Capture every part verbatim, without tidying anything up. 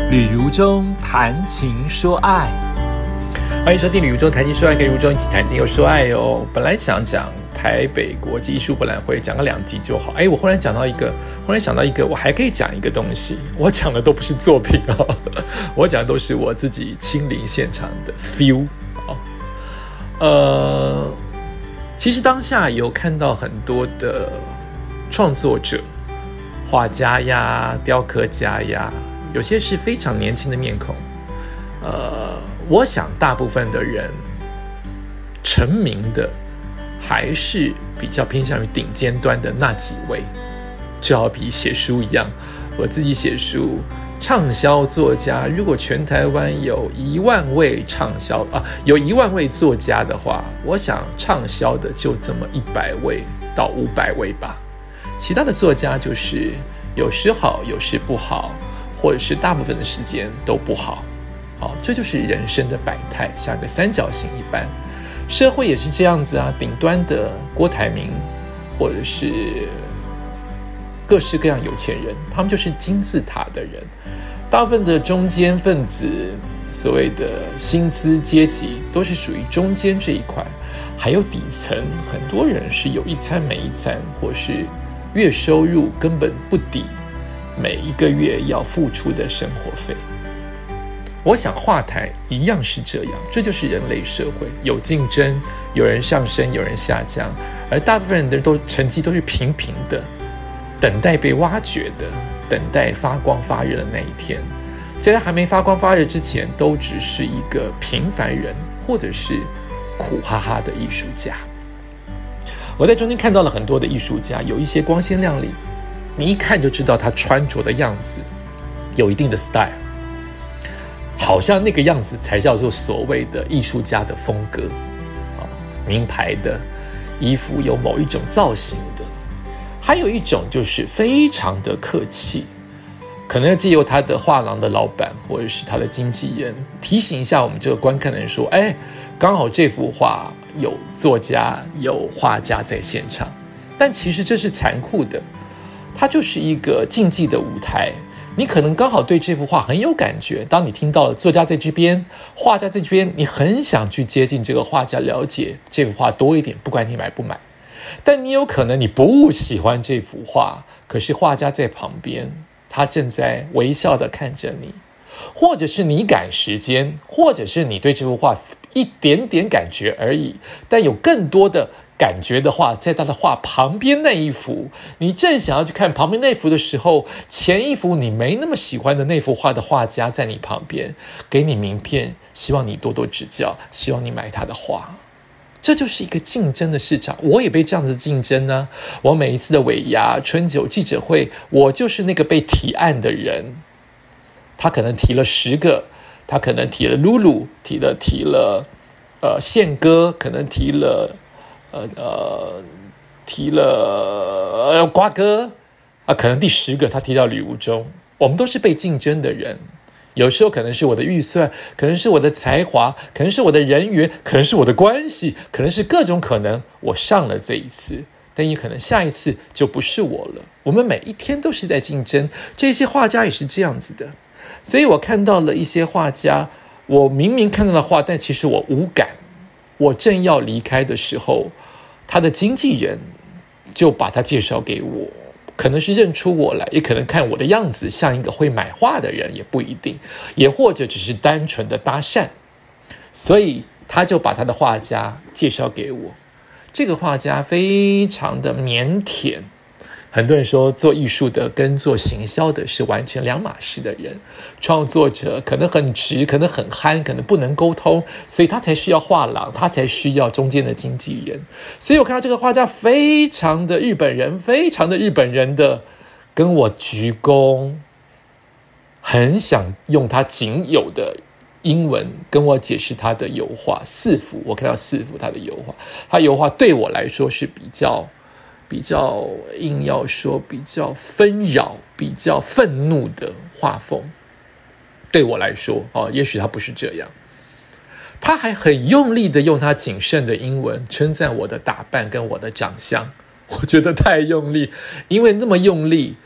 旅如中谈情说爱， 欢迎收听旅如中谈情说爱，跟如中一起谈情又说爱哦。本来想讲台北国际艺术博览会，讲个两集就好。哎，我忽然讲到一个，忽然想到一个，我还可以讲一个东西。我讲的都不是作品哦，我讲的都是我自己亲临现场的 feel 哦。呃，其实当下有看到很多的创作者，画家呀、雕刻家呀。有些是非常年轻的面孔，呃，我想大部分的人成名的还是比较偏向于顶尖端的那几位，就好比写书一样，我自己写书，畅销作家，如果全台湾有一万位畅销啊，有一万位作家的话，我想畅销的就这么一百位到五百位吧，其他的作家就是有时好，有时不好。或者是大部分的时间都不好，好，这就是人生的百态，像个三角形一般。社会也是这样子啊，顶端的郭台铭，或者是各式各样有钱人，他们就是金字塔的人。大部分的中间分子，所谓的薪资阶级，都是属于中间这一块。还有底层，很多人是有一餐没一餐，或是月收入根本不抵每一个月要付出的生活费。我想画台一样是这样，这就是人类社会，有竞争，有人上升，有人下降，而大部分人的都成绩都是平平的，等待被挖掘的，等待发光发热的那一天。在他还没发光发热之前，都只是一个平凡人，或者是苦哈哈的艺术家。我在中间看到了很多的艺术家，有一些光鲜亮丽，你一看就知道他穿着的样子有一定的 style， 好像那个样子才叫做所谓的艺术家的风格啊，名牌的衣服有某一种造型的。还有一种就是非常的客气，可能要借由他的画廊的老板或者是他的经纪人提醒一下我们这个观看的人说，哎，刚好这幅画有作家有画家在现场。但其实这是残酷的，它就是一个竞技的舞台，你可能刚好对这幅画很有感觉，当你听到了作家在这边，画家在这边，你很想去接近这个画家，了解这幅画多一点，不管你买不买。但你有可能你不喜欢这幅画，可是画家在旁边，他正在微笑地看着你，或者是你赶时间，或者是你对这幅画一点点感觉而已，但有更多的感觉的话，在他的画旁边那一幅，你正想要去看旁边那幅的时候，前一幅你没那么喜欢的那幅画的画家在你旁边，给你名片，希望你多多指教，希望你买他的画。这就是一个竞争的市场，我也被这样子竞争呢、啊。我每一次的尾牙、春酒、记者会，我就是那个被提案的人。他可能提了十个，他可能提了露露，提了提了呃宪哥，可能提了。呃呃，提了呃瓜哥啊，可能第十个他提到吕无中，我们都是被竞争的人。有时候可能是我的预算，可能是我的才华，可能是我的人缘，可能是我的关系，可能是各种可能。我上了这一次，但也可能下一次就不是我了。我们每一天都是在竞争，这些画家也是这样子的。所以我看到了一些画家，我明明看到了画，但其实我无感。我正要离开的时候，他的经纪人就把他介绍给我，可能是认出我来，也可能看我的样子像一个会买画的人，也不一定，也或者只是单纯的搭讪，所以他就把他的画家介绍给我。这个画家非常的腼腆，很多人说做艺术的跟做行销的是完全两码事的人，创作者可能很直，可能很憨，可能不能沟通，所以他才需要画廊，他才需要中间的经纪人。所以我看到这个画家非常的日本人，非常的日本人的跟我鞠躬，很想用他仅有的英文跟我解释他的油画四幅，我看到四幅他的油画，他油画对我来说是比较比较硬要说比较纷扰、比较愤怒的画风，对我来说、哦、也许他不是这样。他还很用力的用他谨慎的英文称赞我的打扮跟我的长相，我觉得太用力，因为那么用力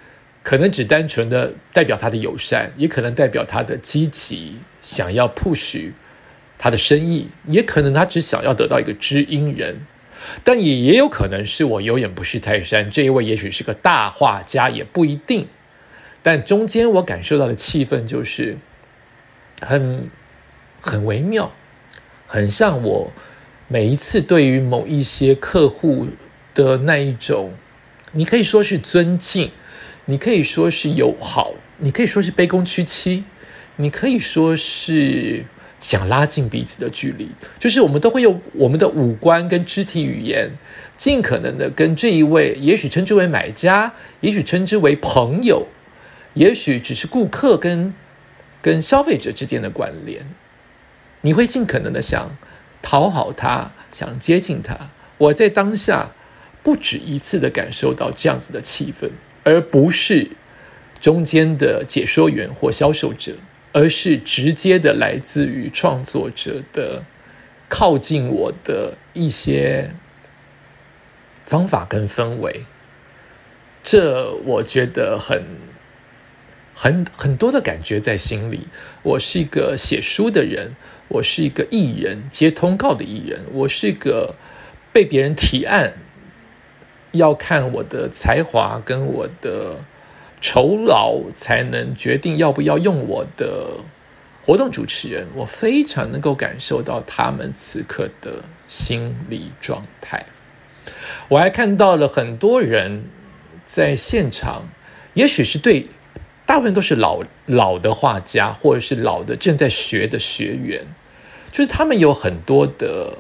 可能只单纯的代表他的友善，也可能代表他的积极，想要 push 他的生意，也可能他只想要得到一个知音人，但也也有可能是我有眼不识泰山，这一位也许是个大画家，也不一定。但中间我感受到的气氛就是很很微妙，很像我每一次对于某一些客户的那一种，你可以说是尊敬，你可以说是友好，你可以说是卑躬屈膝，你可以说是想拉近彼此的距离，就是我们都会用我们的五官跟肢体语言，尽可能的跟这一位也许称之为买家，也许称之为朋友，也许只是顾客跟跟消费者之间的关联，你会尽可能的想讨好他，想接近他。我在当下不止一次的感受到这样子的气氛，而不是中间的解说员或销售者，而是直接的来自于创作者的靠近我的一些方法跟氛围。这我觉得很很很多的感觉在心里。我是一个写书的人，我是一个艺人，接通告的艺人，我是一个被别人提案要看我的才华跟我的酬劳才能决定要不要用我的活动主持人，我非常能够感受到他们此刻的心理状态。我还看到了很多人在现场，也许是对大部分都是老老的画家，或者是老的正在学的学员，就是他们有很多的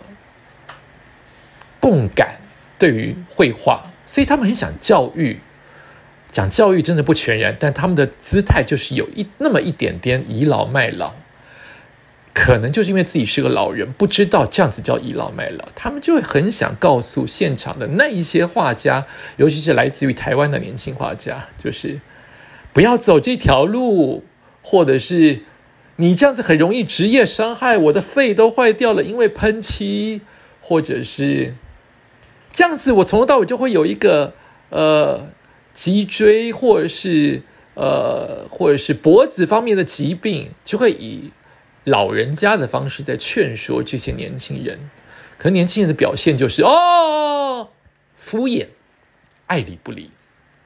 共感对于绘画，所以他们很想教育。讲教育真的不全然，但他们的姿态就是有一那么一点点倚老卖老，可能就是因为自己是个老人，不知道这样子叫倚老卖老，他们就会很想告诉现场的那一些画家，尤其是来自于台湾的年轻画家，就是不要走这条路，或者是你这样子很容易职业伤害，我的肺都坏掉了，因为喷漆，或者是这样子，我从头到尾就会有一个呃脊椎，或者是呃或者是脖子方面的疾病，就会以老人家的方式在劝说这些年轻人。可年轻人的表现就是哦，敷衍，爱理不理。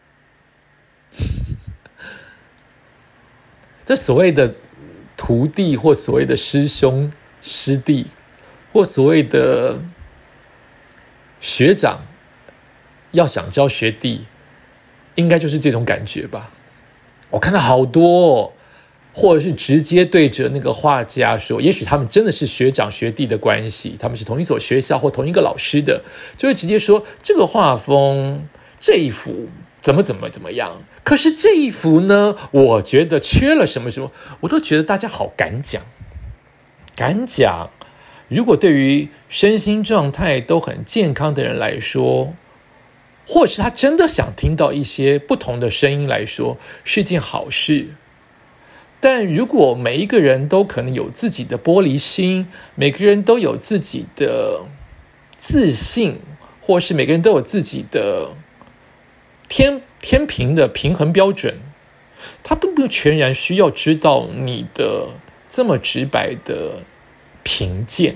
这所谓的徒弟，或所谓的师兄师弟，或所谓的学长要想教学弟，应该就是这种感觉吧。我看到好多哦，或者是直接对着那个画家说，也许他们真的是学长学弟的关系，他们是同一所学校或同一个老师的，就会直接说这个画风这一幅怎么怎么怎么样，可是这一幅呢，我觉得缺了什么什么，我都觉得大家好敢讲，敢讲。如果对于身心状态都很健康的人来说，或者是他真的想听到一些不同的声音来说，是件好事。但如果每一个人都可能有自己的玻璃心，每个人都有自己的自信，或是每个人都有自己的天天平的平衡标准，他并不全然需要知道你的这么直白的评鉴。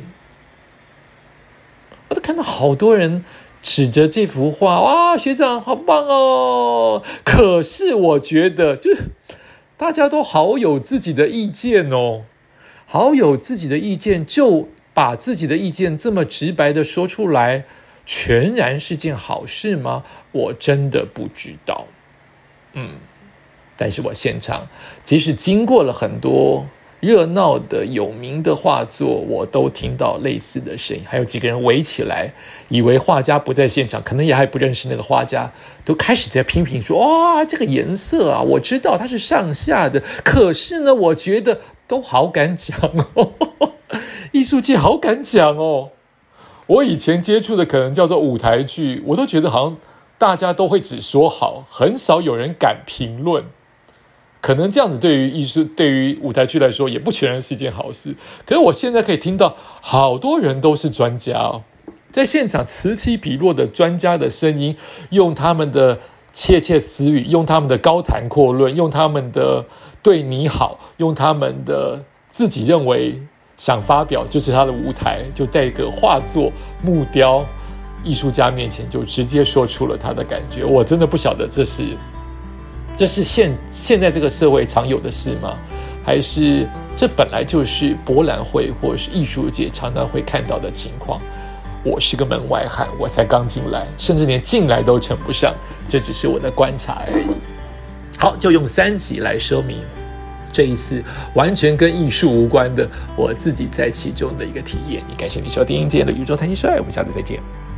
我都看到好多人指着这幅画，哇，学长好棒哦！可是我觉得，就是大家都好有自己的意见哦，好有自己的意见，就把自己的意见这么直白的说出来，全然是件好事吗？我真的不知道。嗯，但是我现场，即使经过了很多热闹的有名的画作，我都听到类似的声音，还有几个人围起来，以为画家不在现场，可能也还不认识那个画家，都开始在批评说，哇，这个颜色啊，我知道它是上下的，可是呢，我觉得都好敢讲哦，艺术界好敢讲哦。我以前接触的可能叫做舞台剧，我都觉得好像大家都会只说好，很少有人敢评论。可能这样子对于艺术，对于舞台剧来说，也不全然是一件好事。可是我现在可以听到好多人都是专家哦，在现场此起彼落的专家的声音，用他们的窃窃私语，用他们的高谈阔论，用他们的对你好，用他们的自己认为想发表就是他的舞台，就在一个画作木雕艺术家面前就直接说出了他的感觉。我真的不晓得这是这是现现在这个社会常有的事吗？还是这本来就是博览会或者是艺术界常常会看到的情况？我是个门外汉，我才刚进来，甚至连进来都称不上，这只是我的观察而已。好，就用三集来说明这一次完全跟艺术无关的我自己在其中的一个体验。感谢你收听今天的宇宙谈情说爱，我们下次再见。